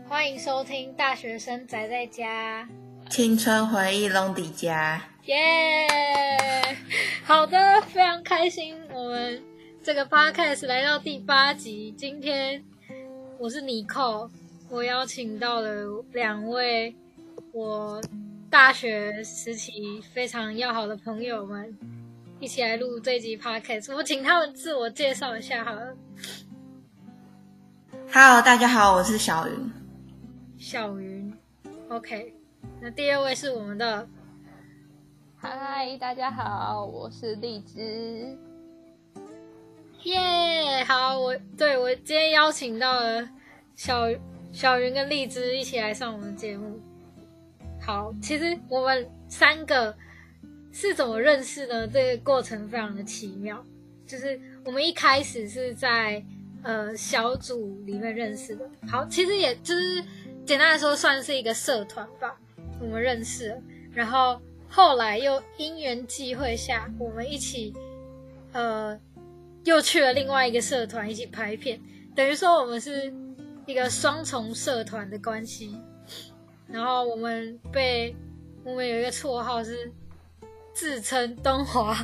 欢迎收听大学生宅在家， 青春回忆拢底家， 耶！好的，非常开心，我们这个 podcast 来到第8集。今天我是Nicole，我邀请到了2位我大学时期非常要好的朋友们，一起来录这集 podcast。我请他们自我介绍一下好了。 Hello， 大家好，我是小云。 小云 ，OK。那第2位是我们的， 嗨，大家好，我是荔枝。 耶，好，我今天邀请到了小云跟荔枝一起来上我们的节目。好，其实我们3个是怎么认识呢？这个过程非常的奇妙，就是我们一开始是在小组里面认识的。好，其实也就是简单来说算是一个社团吧，我们认识了，然后后来又因缘际会下，我们一起又去了另外一个社团一起拍片，等于说我们是一个双重社团的关系。然后我们有一个绰号是自称东华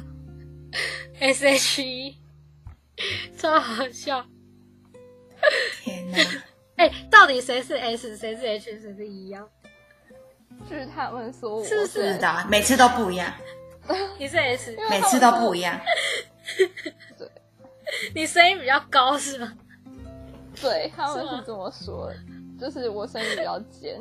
SHE， 超好笑。 天哪！ 到底谁是 S， 谁是 H， 谁是 E 啊？ 据他们说我是不是知道，每次都不一样。 你是 S， 每次都不一样。 对， 你声音比较高是吗？ 对，他们是这么说的，就是我声音比较尖。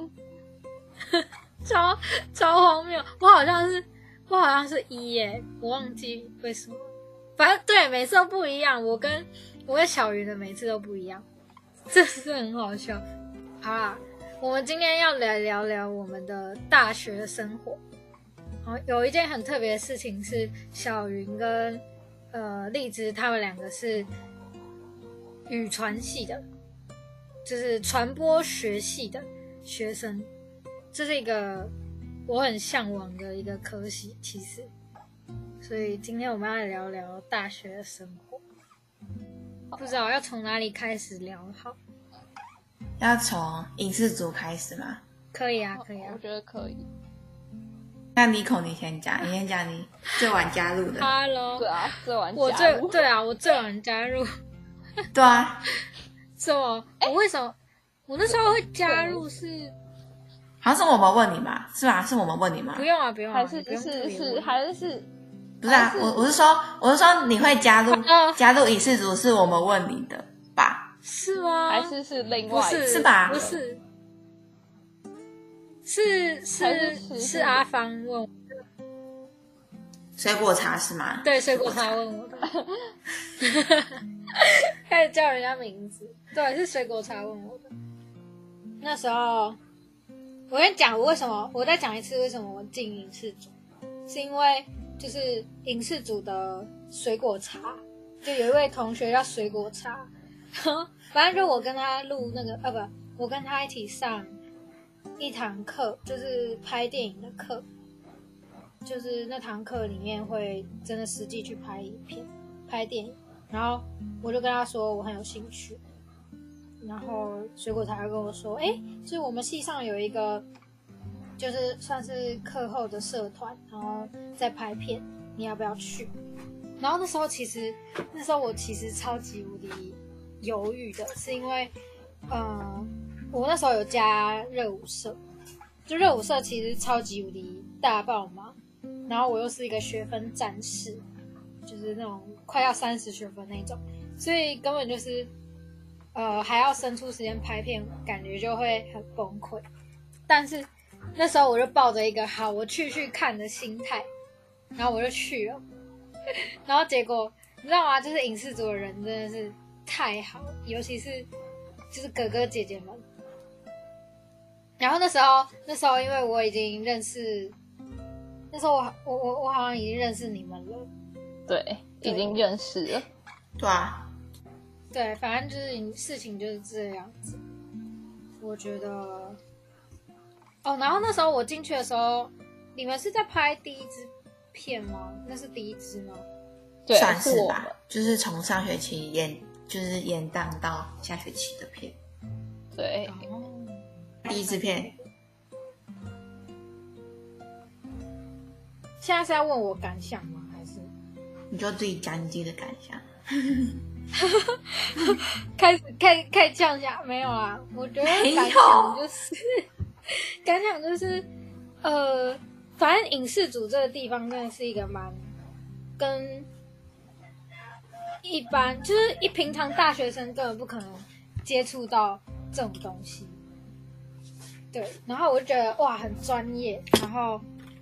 超荒谬！我好像是 E 耶，我忘记为什么。反正对，每次都不一样。我跟小云的每次都不一样，这是很好笑。好啦，我们今天要来聊聊我们的大学生活。好，有一件很特别的事情是，小云跟荔枝他们2个是语传系的，就是传播学系的学生。这是一个我很向往的一个科系，其实。所以今天我们要来聊聊大学的生活。不知道要从哪里开始聊好？ 要从影视组开始吗？ 可以啊，可以啊， 我觉得可以。 那Nicole你先讲，你最晚加入的。 Hello， 对啊，最晚加入。 我最晚加入。 对啊。 什么？我为什么？我那时候会加入是？ 好像是我们问你嘛，是吧？是我们问你吗？ 不用啊， 还是不是还是。 不是啊，我是说你会加入影视组，是我们问你的吧？ 是吗？ 还是另外一个？ 是吧？ 不是，是阿芳问我的。 水果茶是吗？ 对，水果茶问我的。开始叫人家名字，对，是水果茶问我的。那时候，我跟你讲，我再讲一次为什么我进影视组，是因为就是影视组的水果茶，就有一位同学叫水果茶，反正就我跟他录那个我跟他一起上一堂课，就是拍电影的课，就是那堂课里面会真的实际去拍影片、拍电影，然后我就跟他说我很有兴趣，然后水果茶就跟我说，就是我们系上有一个就是算是课后的社团，然后在拍片，你要不要去？然后那时候我其实超级无敌犹豫的，是因为我那时候有加热舞社，就热舞社其实超级无敌大爆忙，然后我又是一个学分战士，就是那种快要30学分那种，所以根本就是还要生出时间拍片，感觉就会很崩溃。但是那时候我就抱着一个好我去看的心态，然后我就去了，然后结果你知道吗？就是影视组的人真的是太好，尤其是就是哥哥姐姐们。然后那时候因为我已经认识，那时候我好像已经认识你们了。 对，已经认识了。 对啊。 对，反正就是事情就是这样子。我觉得，然后那时候我进去的时候，你们是在拍第一支片吗？那是第一支吗？ 对， 算是吧，就是从上学期延档到下学期的片。 对。 第一支片， 现在是要问我感想吗？还是你就自己讲你自己的感想。 开始这样讲？没有啊，我觉得感想就是反正影视组这个地方真的是一个蛮跟一般就是平常大学生根本不可能接触到这种东西。对，然后我就觉得哇，很专业，然后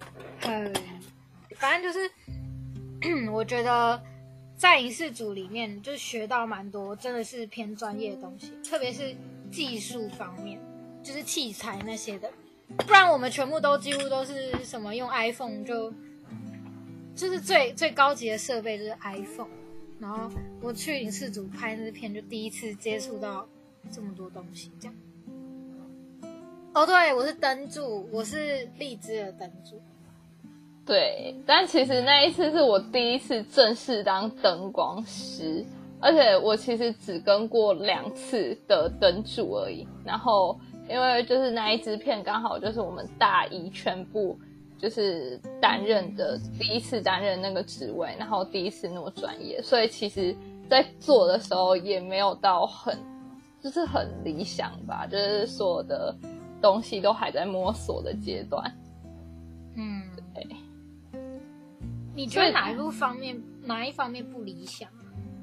反正就是我觉得在影视组里面就是学到蛮多真的是偏专业的东西，特别是技术方面，就是器材那些的，不然我们全部都几乎都是什么用 iPhone 就是最高级的设备就是 iPhone， 然后我去影视组拍那片就第一次接触到这么多东西这样。哦，对，我是灯柱，我是荔枝的灯柱。 对，但其实那一次是我第一次正式当灯光师，而且我其实只跟过2次的灯柱而已。然后因为就是那一支片刚好就是我们大一全部就是担任的第一次担任那个职位，然后第一次那么专业，所以其实在做的时候也没有到很理想吧，就是所有的东西都还在摸索的阶段。对。 你觉得哪一方面不理想？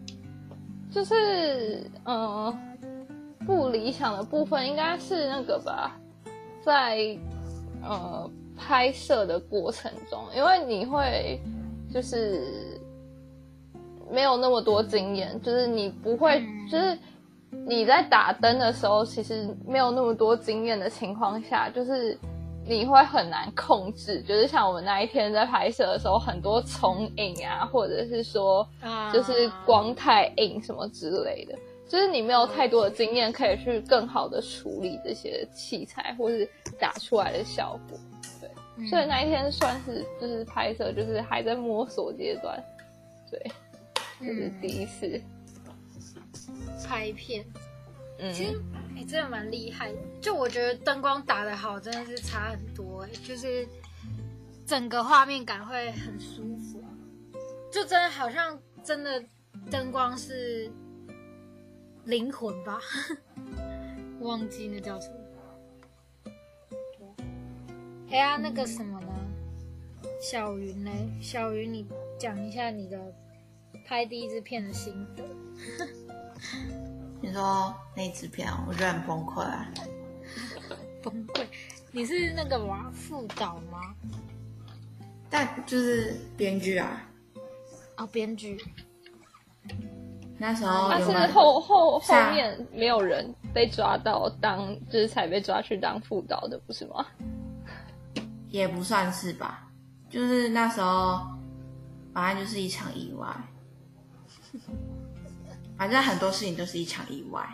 就是不理想的部分应该是那个吧，在拍摄的过程中，因为你会就是没有那么多经验，就是你不会就是你在打灯的时候其实没有那么多经验的情况下，就是你会很难控制，就是像我们那一天在拍摄的时候，很多重影啊，或者是说就是光太硬什么之类的，就是你没有太多的经验可以去更好的处理这些器材或是打出来的效果。对，所以那一天算是就是拍摄就是还在摸索阶段。对，就是第一次拍片。其实真的蛮厉害的，就我觉得灯光打得好真的是差很多就是整个画面感会很舒服，就真的好像真的灯光是灵魂吧忘记那叫什么。那个什么呢，小云呢？小云你讲一下你的拍第一支片的心得。 你说那支片，我觉得很崩溃啊！ 崩溃？你是那个吗？副导吗？ 但就是编剧啊。 编剧。 那时候但是后面没有人被抓到就是才被抓去当副导的，不是吗？ 也不算是吧，就是那时候反正就是一场意外。反正很多事情都是一场意外，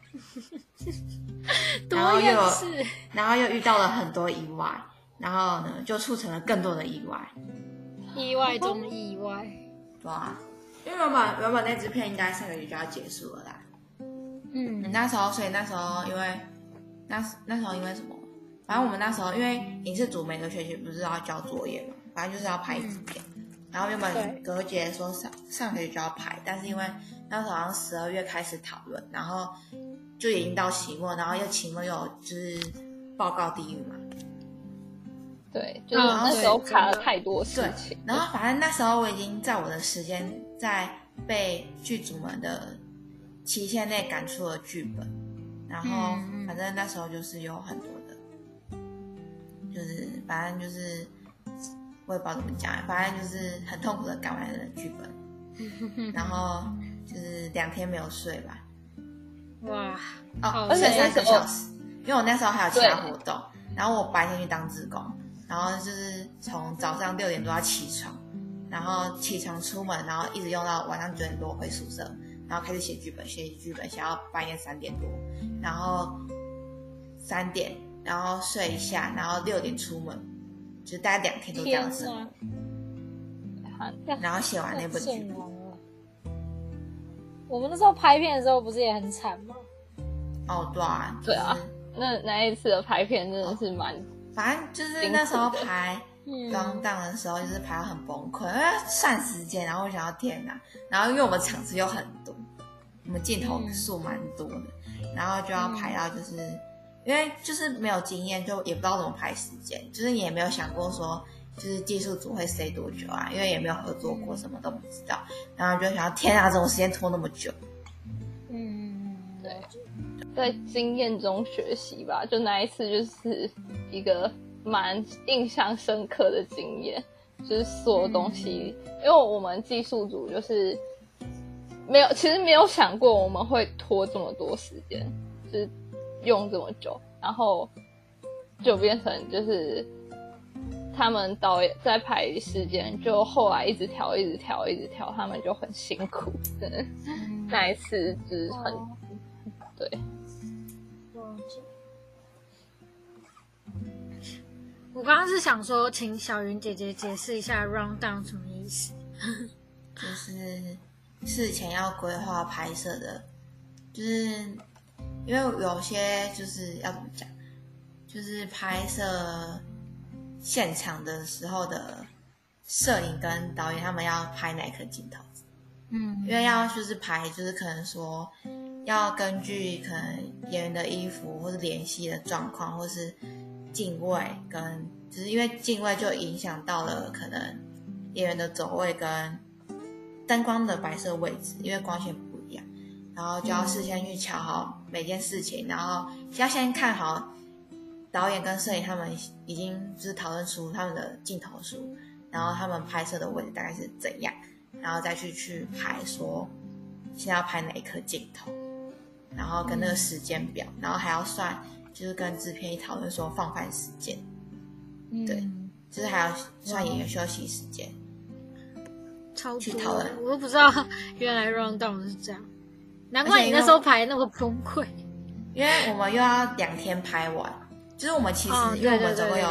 然后又遇到了很多意外，然后呢就促成了更多的意外， 意外中的意外。 对啊，因为原本那支片应该3个月就要结束了啦。所以那时候因为那时候因为什么？反正我们那时候因为影视组每个学期不是要交作业嘛，反正就是要拍一支片。然后原本隔节说上学期就要拍，但是因为那时候好像12月开始讨论，然后就已经到期末，然后期末又就是报告地狱嘛。 对，就是那时候卡了太多事情。 然后反正那时候我已经在我的时间在被剧组们的期限内赶出了剧本，然后反正那时候就是有很多的，就是反正就是我也不知道怎么讲，反正就是很痛苦的赶完了剧本，然后就是2天没有睡吧。 哇！ 睡3个小时，因为我那时候还有其他活动，然后我白天去当志工，然后就是从早上6点多要起床，然后起床出门，然后一直用到晚上9点多回宿舍，然后开始写剧本写到半夜3点多，然后3点，然后睡一下，然后6点出门。就大概2天都这样生活，然后写完那部剧。 我们那时候拍片的时候不是也很惨吗？ 对啊， 对啊， 那一次的拍片真的是反正就是那时候排round down的时候，就是排到很崩溃，因为要算时间，然后我想要天哪，然后因为我们场次又很多，我们镜头数蛮多的，然后就要排到就是因为就是没有经验，就也不知道怎么排时间，就是你也没有想过说就是技术组会塞多久啊，因为也没有合作过，什么都不知道，然后就想要天哪，这种时间拖那么久。 对，在经验中学习吧，就那一次就是一个蛮印象深刻的经验，就是所有东西，因为我们技术组就是其实没有想过我们会拖这么多时间，就是用这么久，然后就变成就是他们导演在排时间，就后来一直调，他们就很辛苦，真的。那一次就是很对。 我刚刚是想说，请小云姐姐解释一下 round down 什么意思。 就是事前要规划拍摄的，就是因为有些就是要怎么讲，就是拍摄现场的时候的摄影跟导演他们要拍哪颗镜头，因为要就是拍，就是可能说要根据可能演员的衣服或是联系的状况，或是镜位跟就是因为镜位就影响到了可能演员的走位跟灯光的摆设位置，因为光线不一样，然后就要事先去瞧好每件事情，然后要先看好导演跟摄影他们已经就是讨论出他们的镜头数，然后他们拍摄的位置大概是怎样，然后再去排说现在要拍哪一颗镜头，然后跟那个时间表，然后还要算就是跟制片一讨论说放饭时间，对，就是还要算演员休息时间， 超去讨论。 我都不知道原来 round down 是这样，难怪你那时候排那么崩溃。 因为我们又要2天拍完，就是我们其实因为我们总共有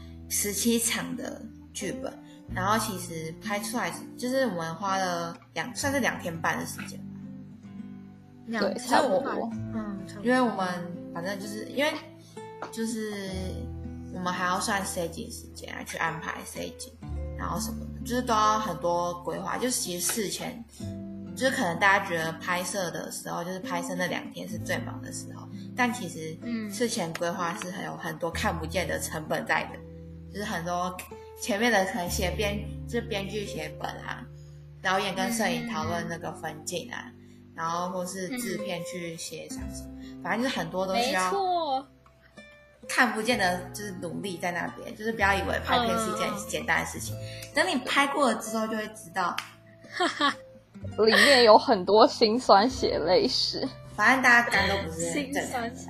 17场的剧本，然后其实拍出来就是我们花了算是2天半的时间吧。 对，差不多。 因为我们反正就是因为就是我们还要算塞景时间去安排塞景，然后什么的，就是都要很多规划。就是其实事前，就是可能大家觉得拍摄的时候，就是拍摄那2天是最忙的时候，但其实事前规划是有很多看不见的成本在的，就是很多前面的可能就是编剧写本啊，导演跟摄影讨论那个分镜啊。然后或是制片去协商什么，反正就是很多都需要看不见的，就是努力在那边，就是不要以为拍片是一件简单的事情，等你拍过了之后就会知道， 里面有很多辛酸血泪史。 反正大家干都不是辛酸史，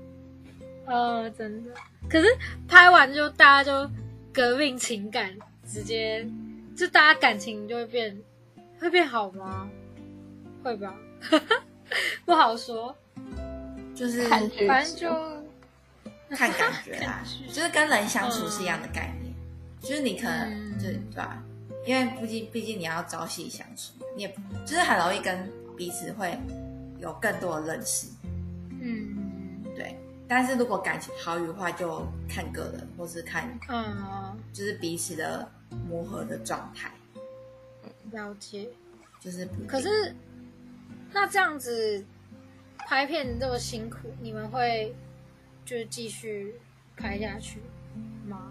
真的。可是拍完就大家就革命情感，直接就大家感情就会变好吗？会吧。不好说， 就是看剧， 反正就看感觉啦，就是跟人相处是一样的概念，就是你可能对吧？因为毕竟你要朝夕相处，你也就是很容易跟彼此会有更多的认识，对。但是如果感情好与坏就看个人，或是看就是彼此的磨合的状态， 了解， 就是不。 可是。那这样子拍片这么辛苦，你们会就是继续拍下去吗？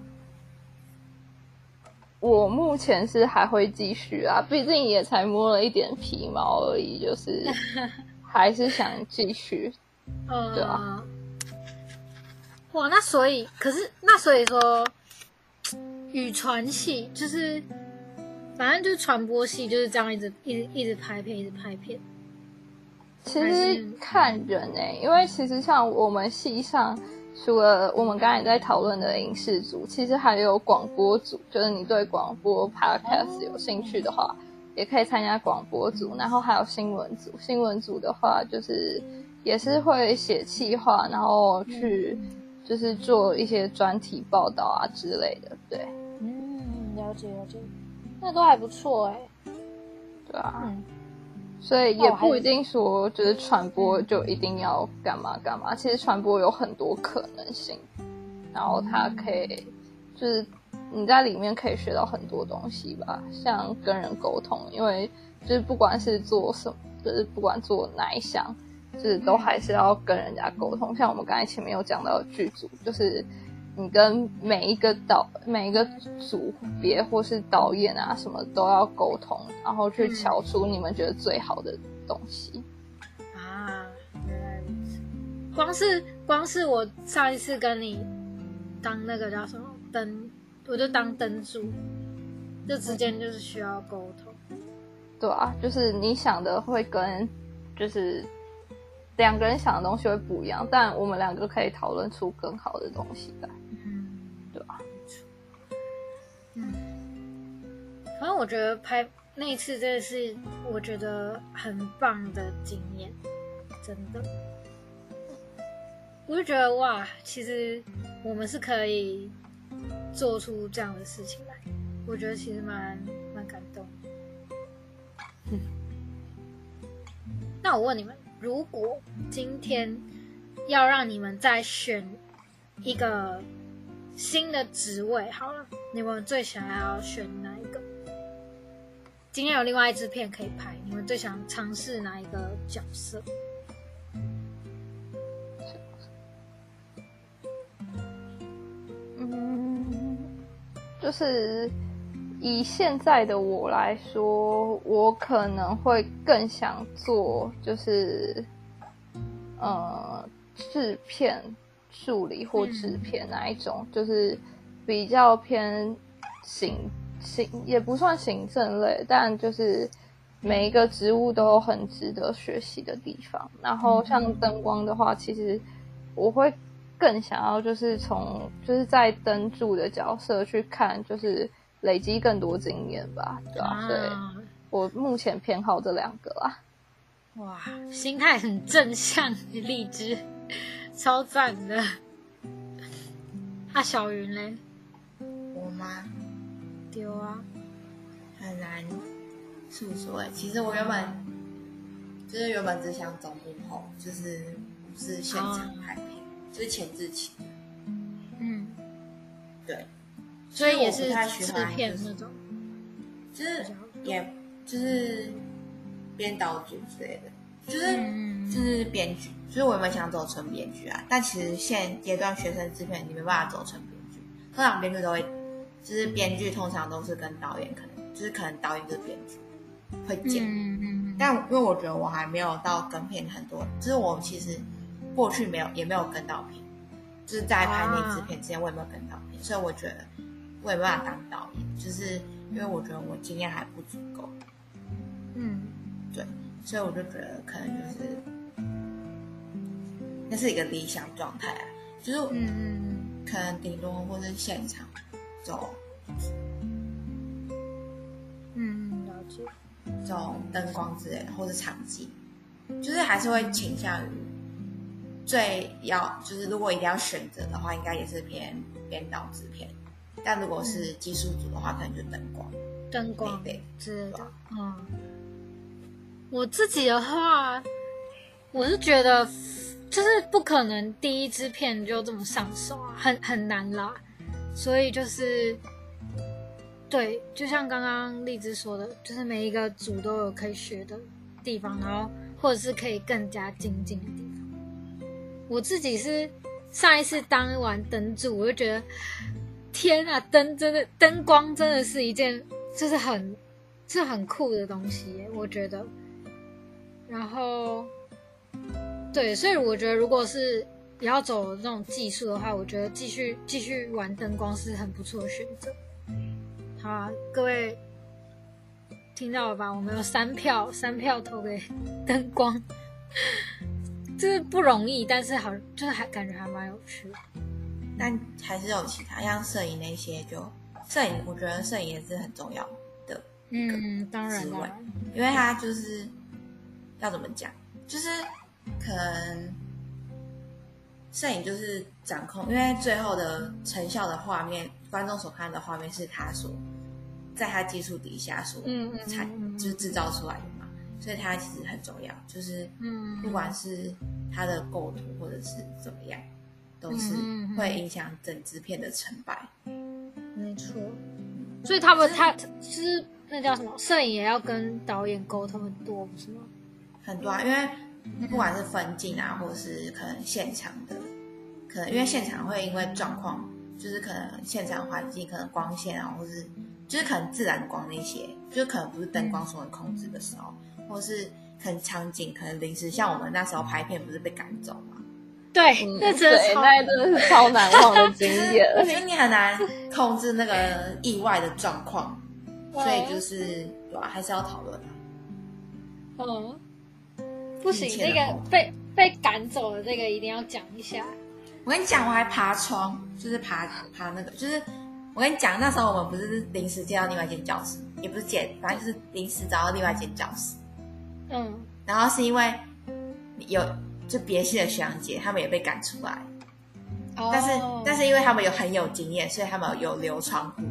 我目前是还会继续啊，毕竟也才摸了一点皮毛而已，就是还是想继续。对啊。 哇，所以说，语传系就是反正就是传播系就是这样一直拍片。 其实看人因为其实像我们系上，除了我们刚才在讨论的影视组，其实还有广播组，就是你对广播 podcast 有兴趣的话，也可以参加广播组。然后还有新闻组，新闻组的话就是也是会写企划，然后去就是做一些专题报道啊之类的。对， 了解，那都还不错对啊。 所以也不一定说就是传播就一定要干嘛干嘛，其实传播有很多可能性，然后它可以就是你在里面可以学到很多东西吧，像跟人沟通，因为就是不管是做什么，就是不管做哪一项，就是都还是要跟人家沟通。像我们刚才前面有讲到的剧组，就是你跟每一个组别或是导演啊什么都要沟通，然后去敲出你们觉得最好的东西。 啊，原来如此。光是我上一次跟你当那个叫什么灯，我就当灯柱，这之间就是需要沟通。 对啊，就是你想的会跟就是两个人想的东西会不一样，但我们两个可以讨论出更好的东西来。对吧？ 反正我觉得拍那一次真的是我觉得很棒的经验，真的。我就觉得哇，其实我们是可以做出这样的事情来，我觉得其实蛮感动的。那我问你们，如果今天要让你们再选一个新的职位，好了，你们最想要选哪一个？今天有另外一支片可以拍，你们最想尝试哪一个角色？ 就是以现在的我来说，我可能会更想做就是制片助理或制片那一种，就是比较偏也不算行政类，但就是每一个职务都有很值得学习的地方。然后像灯光的话，其实我会更想要就是就是在灯柱的角色去看，就是累积更多经验吧，对吧？所以我目前偏好这两个啦。 哇，心态很正向，荔枝，超赞的。小云嘞？ 我吗？ 丢啊， 很难诉说。其实我原本只想走幕后，就是不是现场拍片，就是前置期。对， 所以也是不太喜制欢片那种， 就是编导组之类的，就是编剧。就是我原本想走成编剧啊，但其实现阶段学生制片你没办法走成编剧，通常编剧都会，就是编剧通常都是跟导演可能导演就是编剧会剪，但因为我觉得我还没有到跟片很多，就是我其实过去也没有跟到片，就是在拍那支片之前我也没有跟到片，所以我觉得我也没办法当导演，就是因为我觉得我经验还不足够，对，所以我就觉得可能就是那是一个理想状态啊，就是可能顶多或是现场走， 了解， 走灯光之类的，或是场记，就是还是会倾向于就是如果一定要选择的话，应该也是偏编导制片，但如果是技术组的话，可能就灯光之类的。我自己的话，我是觉得就是不可能第一支片就这么上手啊，很难啦。所以就是对，就像刚刚荔枝说的，就是每一个组都有可以学的地方，然后或者是可以更加精进的地方。我自己是上一次当完灯柱，我就觉得天啊，灯光真的是一件就是很酷的东西耶，我觉得。然后对，所以我觉得如果是也要走这种技术的话，我觉得继续玩灯光是很不错的选择。好啊，各位听到了吧？我们有3票投给灯光，就是不容易，但是就是感觉还蛮有趣的。 但还是有其他像摄影那些，摄影我觉得摄影也是很重要的一个当然职位，因为它就是要怎么讲，就是可能摄影就是掌控，因为最后的成效的画面，观众所看的画面是他在他技术底下所就是制造出来的嘛， 所以它其实很重要，就是不管是它的构图或者是怎么样，都是会影响整支片的成败。 没错，所以他是那叫什么，摄影也要跟导演沟通很多，不是吗？ 很多啊，因为不管是分镜啊，或者是可能现场的，可能因为现场会因为状况，就是可能现场环境可能光线啊，或是就是可能自然光那些，就是可能不是灯光所能控制的时候，或是可能场景可能临时，像我们那时候拍片不是被赶走吗？ 对，那真的那真的是超难忘的经验。 而且你很难控制那个意外的状况，所以就是对吧，还是要讨论啊。 不行，那个被赶走的这个一定要讲一下。 我跟你讲，我还爬窗，就是爬那个，就是我跟你讲，那时候我们不是临时借到另外一间教室，也不是借，反正就是临时找到另外一间教室。然后是因为就别系的学长姐，他们也被赶出来。但是因为他们很有经验，所以他们有留窗户。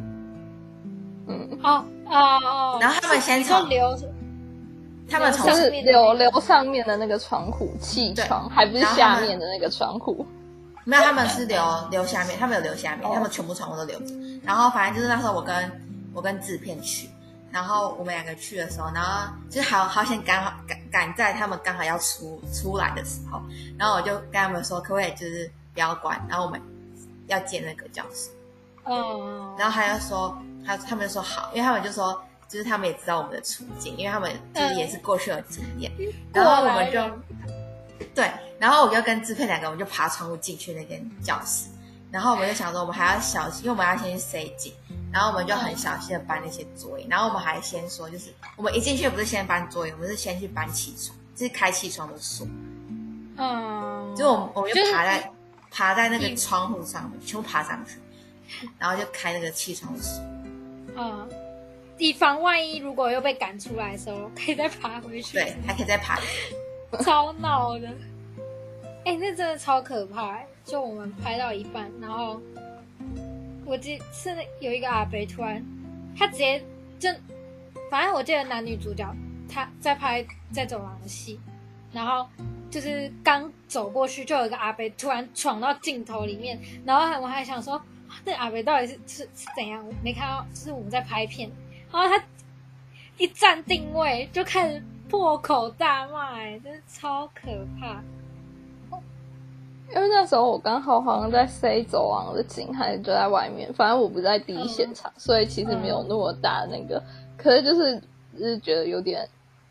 然后他们先从他们从就是留上面的那个窗户气窗，还不是下面的那个窗户。 没有，他们是留下面，他们有留下面，他们全部窗户都留着。然后反正就是那时候我跟制片去，然后我们两个去的时候，然后就是好险赶在他们刚好要出来的时候，然后我就跟他们说，可不可以就是不要关，然后我们要借那个教室。然后他们就说好，因为他们就说，就是他们也知道我们的处境，因为他们就是也是过去的经验，然后我们就对，然后我就跟制片两个，我们就爬窗户进去那间教室，然后我们就想说，我们还要小心，因为我们要先去塞紧，然后我们就很小心的搬那些桌椅，然后我们还先说，就是我们一进去不是先搬桌椅，我们是先去搬气窗，就是开气窗的锁，就我们就爬在那个窗户上面，全部爬上去，然后就开那个气窗的锁， 以防万一如果又被赶出来的时候，可以再爬回去， 对，还可以再爬， 超闹的，那真的超可怕，就我们拍到一半，然后我记得是有一个阿伯突然，他直接就，反正我记得男女主角他在拍在走廊的戏，然后就是刚走过去，就有一个阿伯突然闯到镜头里面，然后我还想说，那阿伯到底是怎样？我没看到，就是我们在拍片，然后他一站定位就开始破口大骂，真是超可怕。 因为那时候我刚好好像在塞走廊的景，还是就在外面，反正我不在第一现场，所以其实没有那么大那个，可是就是觉得有点，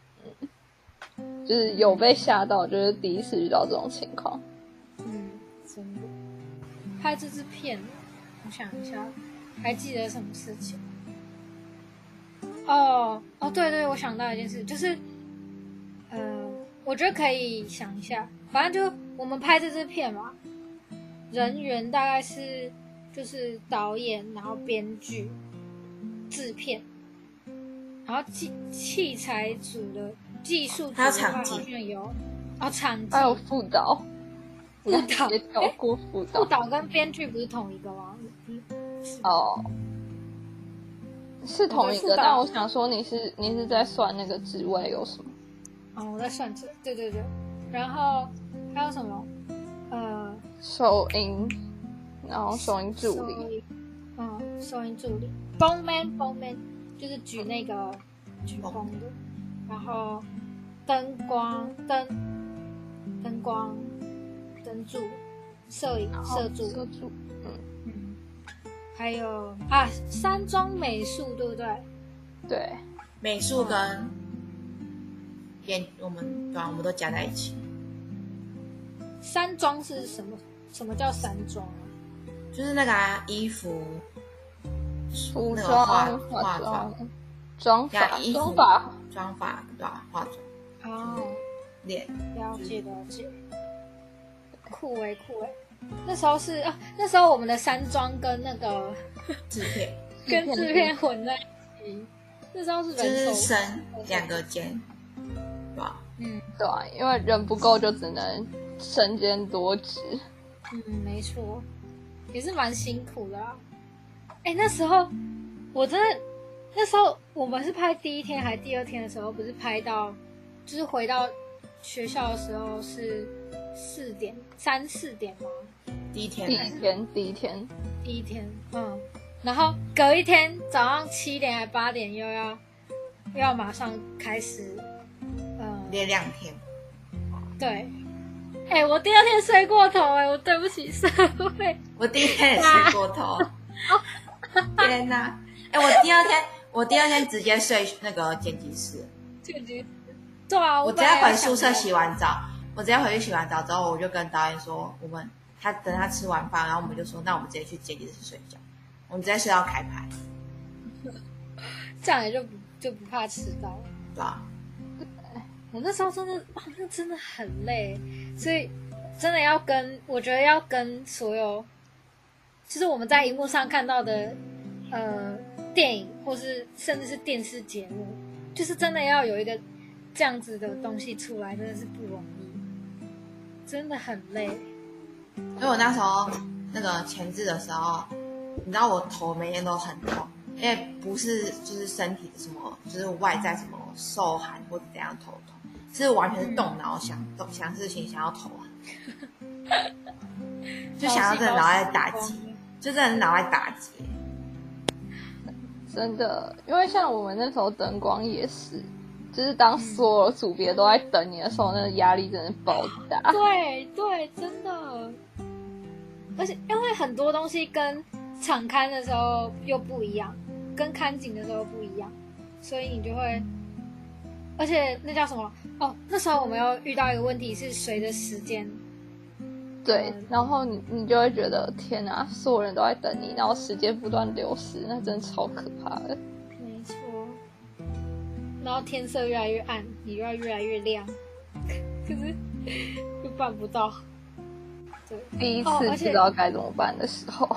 就是有被吓到，就是第一次遇到这种情况。 真的。拍这支片，我想一下，还记得什么事情？对，我想到一件事，就是，我觉得可以想一下，反正就我们拍这支片嘛，人员大概是就是导演，然后编剧、制片，然后器材组的技术组的话好像有，场记还有副导， 也跳过副导， 副导跟编剧不是同一个吗？ 是同一个，但我想说你是在算那个职位有什么？ 我在算这，对，然后还有什么？ 收音，然后收音助理， 收音助理 ，Bowman 就是举那个举风的，然后灯柱，摄助，还有山庄美术，对不对？ 对， 美术跟我们都加在一起。 山庄是什么？什么叫山庄啊？ 就是那个衣服、 梳妆、化妆、妆发对吧？化妆。脸。 了解。酷欸。那时候那时候我们的山庄跟那个制片跟制片混在一起，那时候是人手就是升2个间，对吧？ 对啊，因为人不够就只能身兼多职。 没错，也是蛮辛苦的啊。那时候我真的，那时候我们是拍第一天还第2天的时候，不是拍到就是回到学校的时候是3、4点吗？ 第一天， 第一天， 然后隔一天早上7点还8点又要马上开始， 连2天。 对，我第二天睡过头，我对不起社会。 我第一天也睡过头，天哪！我第二天直接睡那个剪辑室。 对啊， 我直接回宿舍洗完澡，之后，我就跟导演说，等他吃完饭，然后我们就说，那我们直接去剪辑室睡觉，我们直接睡到开拍， 这样也就不怕迟到了。 对吧？ 我那时候真的，那真的很累，所以真的我觉得要跟所有，就是我们在荧幕上看到的，电影或是甚至是电视节目，就是真的要有一个这样子的东西出来，真的是不容易，真的很累。 因为我那时候那个前置的时候，你知道我头每天都很痛，因为不是就是身体什么，就是外在什么受寒或者怎样头痛，是完全是动脑想事情，想要头寒，就想要真的脑袋打结，就真的是脑袋打结。 真的，因为像我们那时候灯光也是，就是当所有组别都在等你的时候，那个压力真的爆大。 对，真的。而且因为很多东西跟场勘的时候又不一样，跟看景的时候不一样，所以你就会，而且那叫什么？那时候我们又遇到一个问题是随着时间。 对，然后你就会觉得天哪，所有人都在等你，然后时间不断流失，那真的超可怕的。 没错，然后天色越来越暗，你就要越来越亮，可是又办不到。对， 第一次不知道该怎么办的时候，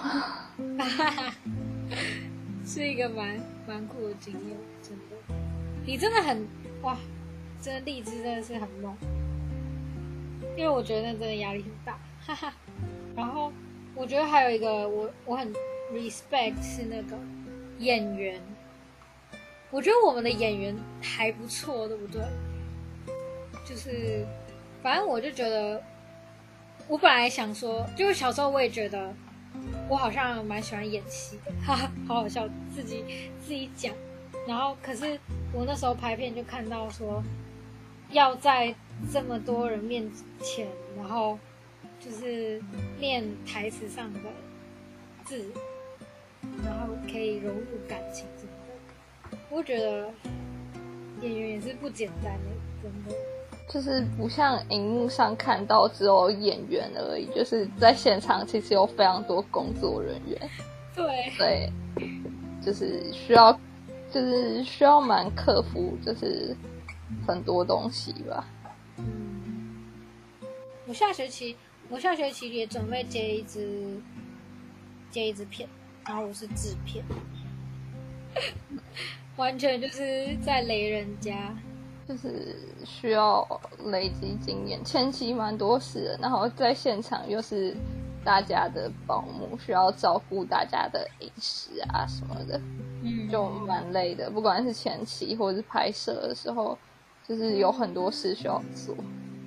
是一个蛮酷的经验，真的。你真的很哇，真的励志真的是很猛，因为我觉得那真的压力很大。哈哈，然后我觉得还有一个我很 respect 是那个演员，我觉得我们的演员还不错，对不对？就是反正我就觉得，我本来想说，就是小时候我也觉得我好像蛮喜欢演戏的，哈哈，好好笑，自己讲。然后可是我那时候拍片就看到说，要在这么多人面前，然后就是念台词上的字，然后可以融入感情什么的，我觉得演员也是不简单的，真的。 就是不像荧幕上看到只有演员而已，就是在现场其实有非常多工作人员。对，就是需要蛮克服，就是很多东西吧。 我下学期也准备接一支片，然后我是制片，完全就是在雷人家。 就是需要累积经验，前期蛮多事的，然后在现场又是大家的保姆，需要照顾大家的饮食啊什么的，就蛮累的。不管是前期或者是拍摄的时候，就是有很多事需要做。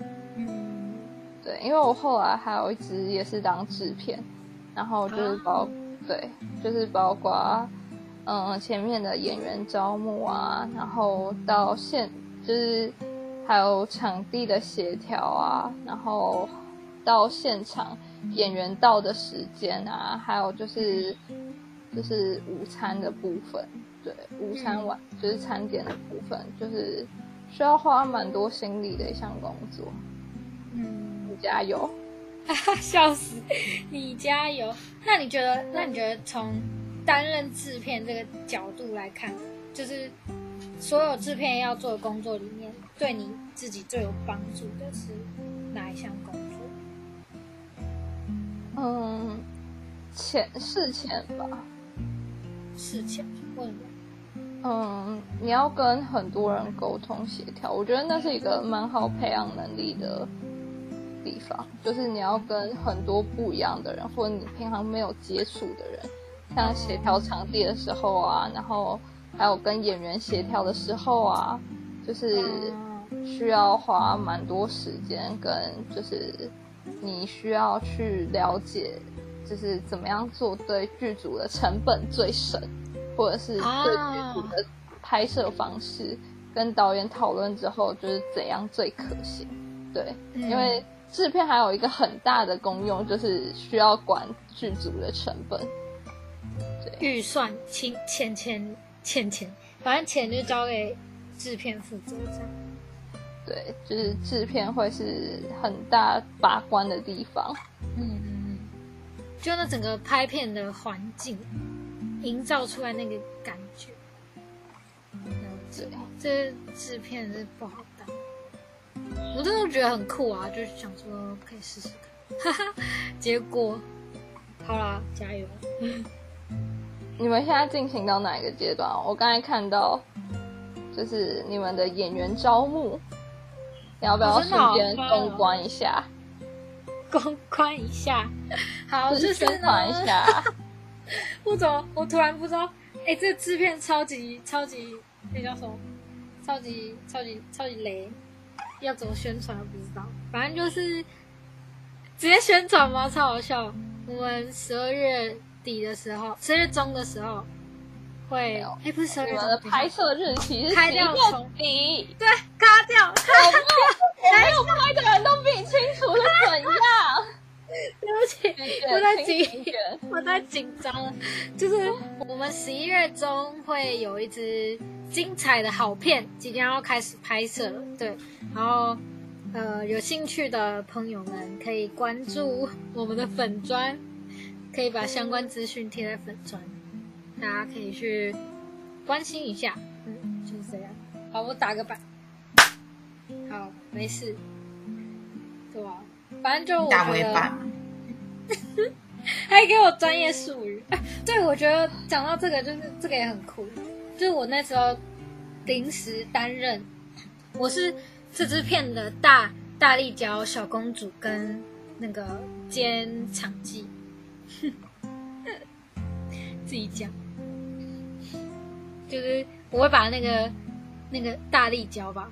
对，因为我后来还有一支也是当制片，然后就是包括前面的演员招募啊，然后到就是还有场地的协调啊，然后到现场演员到的时间啊，还有就是午餐的部分，对，午餐晚就是餐点的部分，就是需要花蛮多心力的一项工作。你加油！ 笑死，你加油！那你觉得从担任制片这个角度来看，就是所有制片要做的工作里面，对你自己最有帮助的是哪一项工作？ 事前吧。 事前为什么？你要跟很多人沟通协调，我觉得那是一个蛮好培养能力的地方，就是你要跟很多不一样的人，或者你平常没有接触的人，像协调场地的时候啊，然后还有跟演员协调的时候啊，就是需要花蛮多时间，跟就是你需要去了解，就是怎么样做对剧组的成本最省，或者是对剧组的拍摄方式，跟导演讨论之后，就是怎样最可行。对，因为制片还有一个很大的功用，就是需要管剧组的成本。对， 预算钱，反正钱就交给制片负责这样。 对，就是制片会是很大把关的地方。 就那整个拍片的环境，营造出来那个感觉。对，这制片是不好当。我真的觉得很酷啊，就是想说可以试试看，哈哈。结果，好啦，加油！ 你们现在进行到哪一个阶段？我刚才看到，就是你们的演员招募，你要不要顺便公关一下？ 公关一下，好， 就是宣传一下。 我突然不知道，这个制片超级，那叫什么？超级雷，要怎么宣传不知道。反正就是直接宣传吗？超好笑。我们12月底的时候，12月中的时候会，不是12月中， 我们的拍摄日期是开掉 11月底， 对，卡掉。 我没有拍的人都比你清楚是怎样。 对不起，我太紧张了。就是我们11月中会有一支精彩的好片即将要开始拍摄了，对。然后有兴趣的朋友们可以关注我们的粉专，可以把相关资讯贴在粉专，大家可以去关心一下。就是这样。好，我打个板。好，没事。对啊，反正就我觉得还给我专业术语。对，我觉得讲到这个，就是这个也很酷。就是我那时候临时担任，我是这支片的大力胶小公主跟那个兼场记，自己讲，就是我会把那个大力胶吧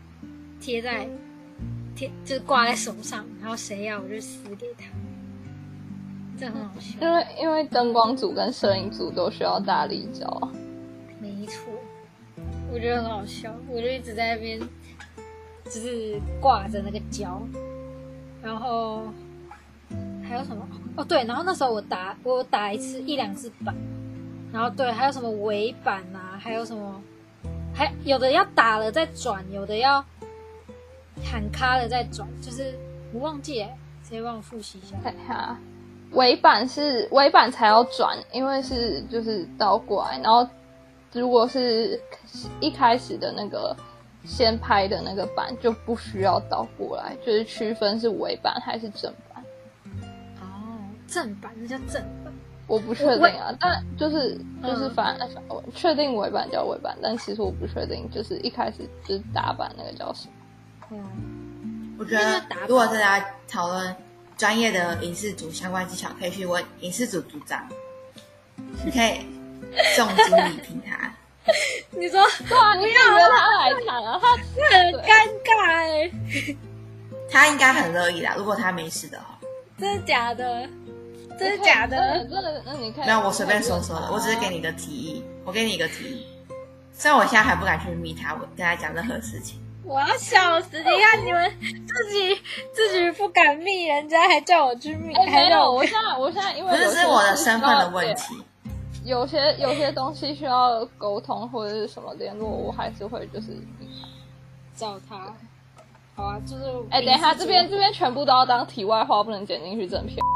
就是挂在手上，然后谁要我就撕给他，这很好笑。 因为灯光组跟摄影组都需要大力胶。 没错，我觉得很好笑，我就一直在那边就是挂着那个胶，然后还有什么？哦对，然后那时候我打一两次板，然后对，还有什么尾板啊，还有什么，还有的要打了再转，有的要喊卡了再转，就是我忘记了，谁帮我复习一下？ 看哈，尾板才要转，因为是就是倒过来，然后如果是一开始的那个先拍的那个板就不需要倒过来，就是区分是尾板还是正板。 哦，正板那叫正板， 我不确定啊，但就是反正我确定尾板叫尾板，但其实我不确定，就是一开始就是打板那个叫什么。 我觉得如果大家讨论专业的影视组相关技巧，可以去问影视组组长，你可以重金礼聘他。 你说对啊，你可以约他来谈啊，他很尴尬他应该很乐意啦，如果他没事的话。 真的假的？真的假的？ 真的，那你看， 没有，我随便说说的，我只是给你一个提议，我给你一个提议。虽然我现在还不敢去密他，我跟他讲任何事情。 我要笑死！你看你们自己不敢密人家，还叫我去密， 没有，我现在因为这是我的身份的问题。 有些东西需要沟通或者是什么联络，我还是会就是找他。好啊，就是等一下，这边全部都要当题外话，不能剪进去正片。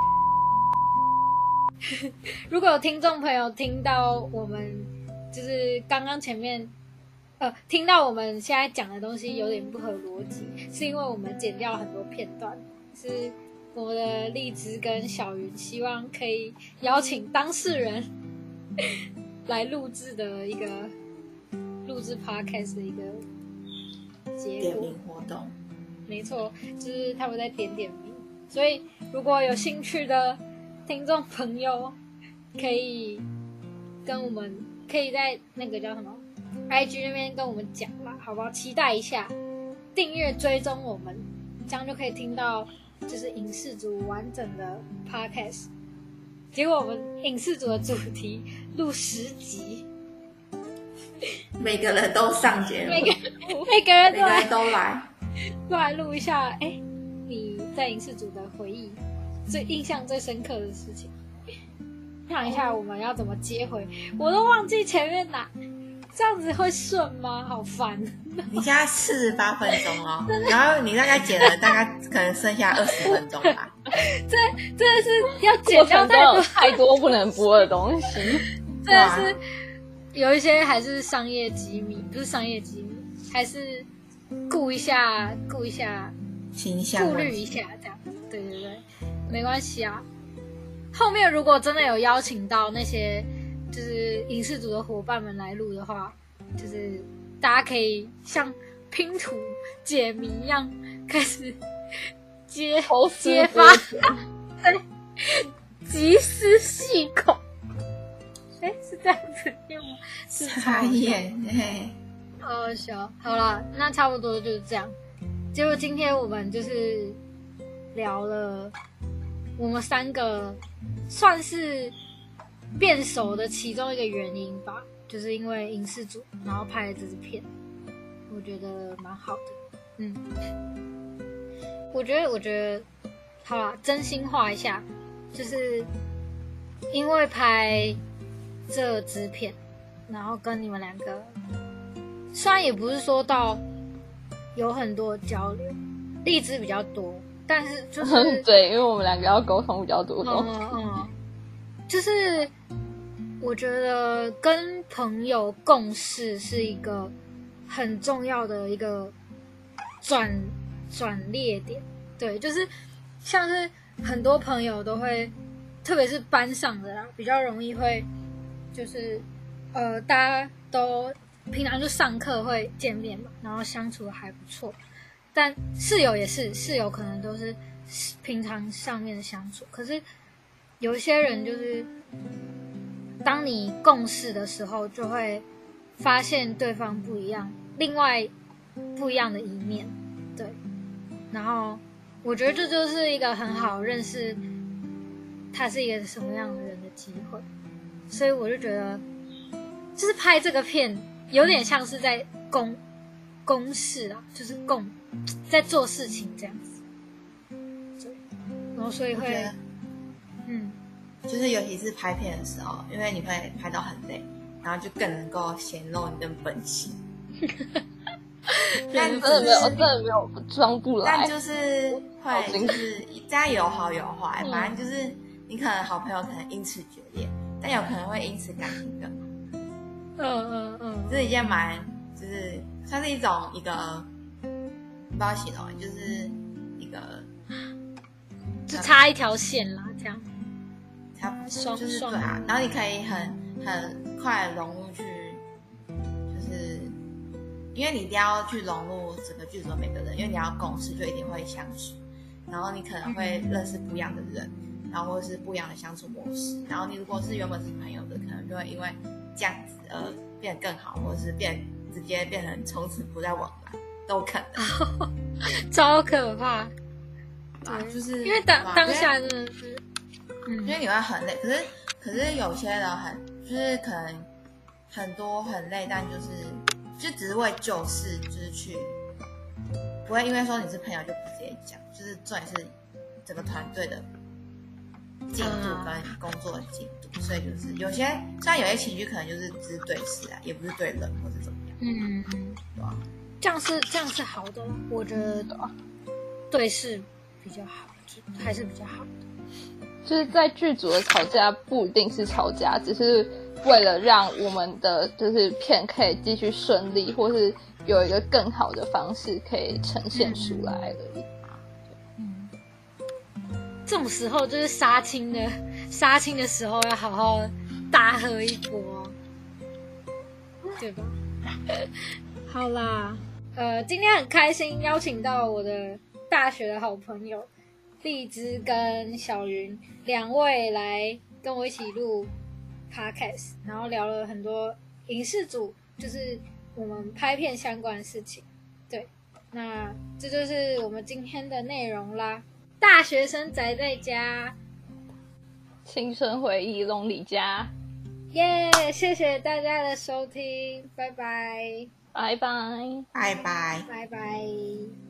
如果有听众朋友听到我们就是刚刚前面听到我们现在讲的东西有点不合逻辑，是因为我们剪掉了很多片段，是我们的荔枝跟小云希望可以邀请当事人来录制 podcast 的一个结果点名活动。 没错，就是他们在点名，所以如果有兴趣的听众朋友可以跟我们可以在那个叫什么 IG 那边跟我们讲啦，好不好？期待一下。 订阅追踪我们，这样就可以听到就是影视组完整的 podcast。结果我们影视组的主题录10集， 每个人都上节目， 每个人每个人都来录一下，你在影视组的回忆，最印象最深刻的事情。想一下我们要怎么接回，我都忘记前面哪，这样子会顺吗？好烦。 你现在48分钟哦，然后你大概剪了大概可能剩下20分钟吧。 真的是要剪掉太多不能播的东西， 真的是有一些还是商业机密，不是商业机密，还是顾一下形象， 顾虑一下这样。对，没关系啊。后面如果真的有邀请到那些就是影视组的伙伴们来录的话，就是大家可以像拼图解谜一样开始揭发，对，集思细恐。是这样子念吗？是插眼， 好笑。好啦，那差不多就是这样。结果今天我们就是聊了我们3个算是变熟的其中一个原因吧，就是因为影视组然后拍了这支片，我觉得蛮好的。我觉得好啦，真心话一下，就是因为拍这支片，然后跟你们2个，虽然也不是说到有很多交流，荔枝比较多，但是就是对，因为我们2个要沟通比较多东西。 就是我觉得跟朋友共事是一个很重要的一个转捩点。对，就是像是很多朋友都会，特别是班上的啦，比较容易会就是大家都平常就上课会见面嘛，然后相处还不错。但室友也是，室友可能都是平常上面的相处，可是有一些人就是当你共事的时候，就会发现对方不一样，另外不一样的一面。对，然后我觉得这就是一个很好认识他是一个什么样的人的机会。所以我就觉得就是拍这个片有点像是在公事啊，就是在做事情这样子。对，然后所以会就是尤其是拍片的时候，因为你会拍到很累，然后就更能够显露你的本性。但真的没有装不来， 但就是会就是这样有好有坏，反正就是你可能好朋友可能因此决裂，但有可能会因此感情更好。这是一件就是算是一个不知道形容，就是一个就差一条线啦，这样。 差不多就是对啊，然后你可以很快融入去，就是因为你一定要去融入整个剧组的每个人，因为你要共事就一定会相处，然后你可能会认识不一样的人，然后或者是不一样的相处模式，然后你如果是原本是朋友的，可能就会因为这样子而变得更好，或者是直接变成从此不再往来，都可能。 超可怕。 对，就是因为当下真的是。 因为你会很累，可是有些人就是可能很多很累，但就只是为就事，就是去不会因为说你是朋友就不直接讲，就是重点是整个团队的进度跟工作的进度，所以就是有些虽然有些情绪可能就是只是对事啊，也不是对人或是怎么样，对吧？ 这样是好的，我觉得对事比较好，还是比较好的。 就是在剧组的吵架不一定是吵架，只是为了让我们的就是片可以继续顺利，或是有一个更好的方式可以呈现出来而已。 这种时候就是杀青的时候要好好大喝一波，对吧？好啦，今天很开心邀请到我的大学的好朋友荔枝跟小云2位来跟我一起录 podcast， 然后聊了很多影视组，就是我们拍片相关的事情。对， 那这就是我们今天的内容啦。大学生宅在家， 青春回忆龙里家， 耶！谢谢大家的收听，拜拜， 拜拜， 拜拜。 拜拜。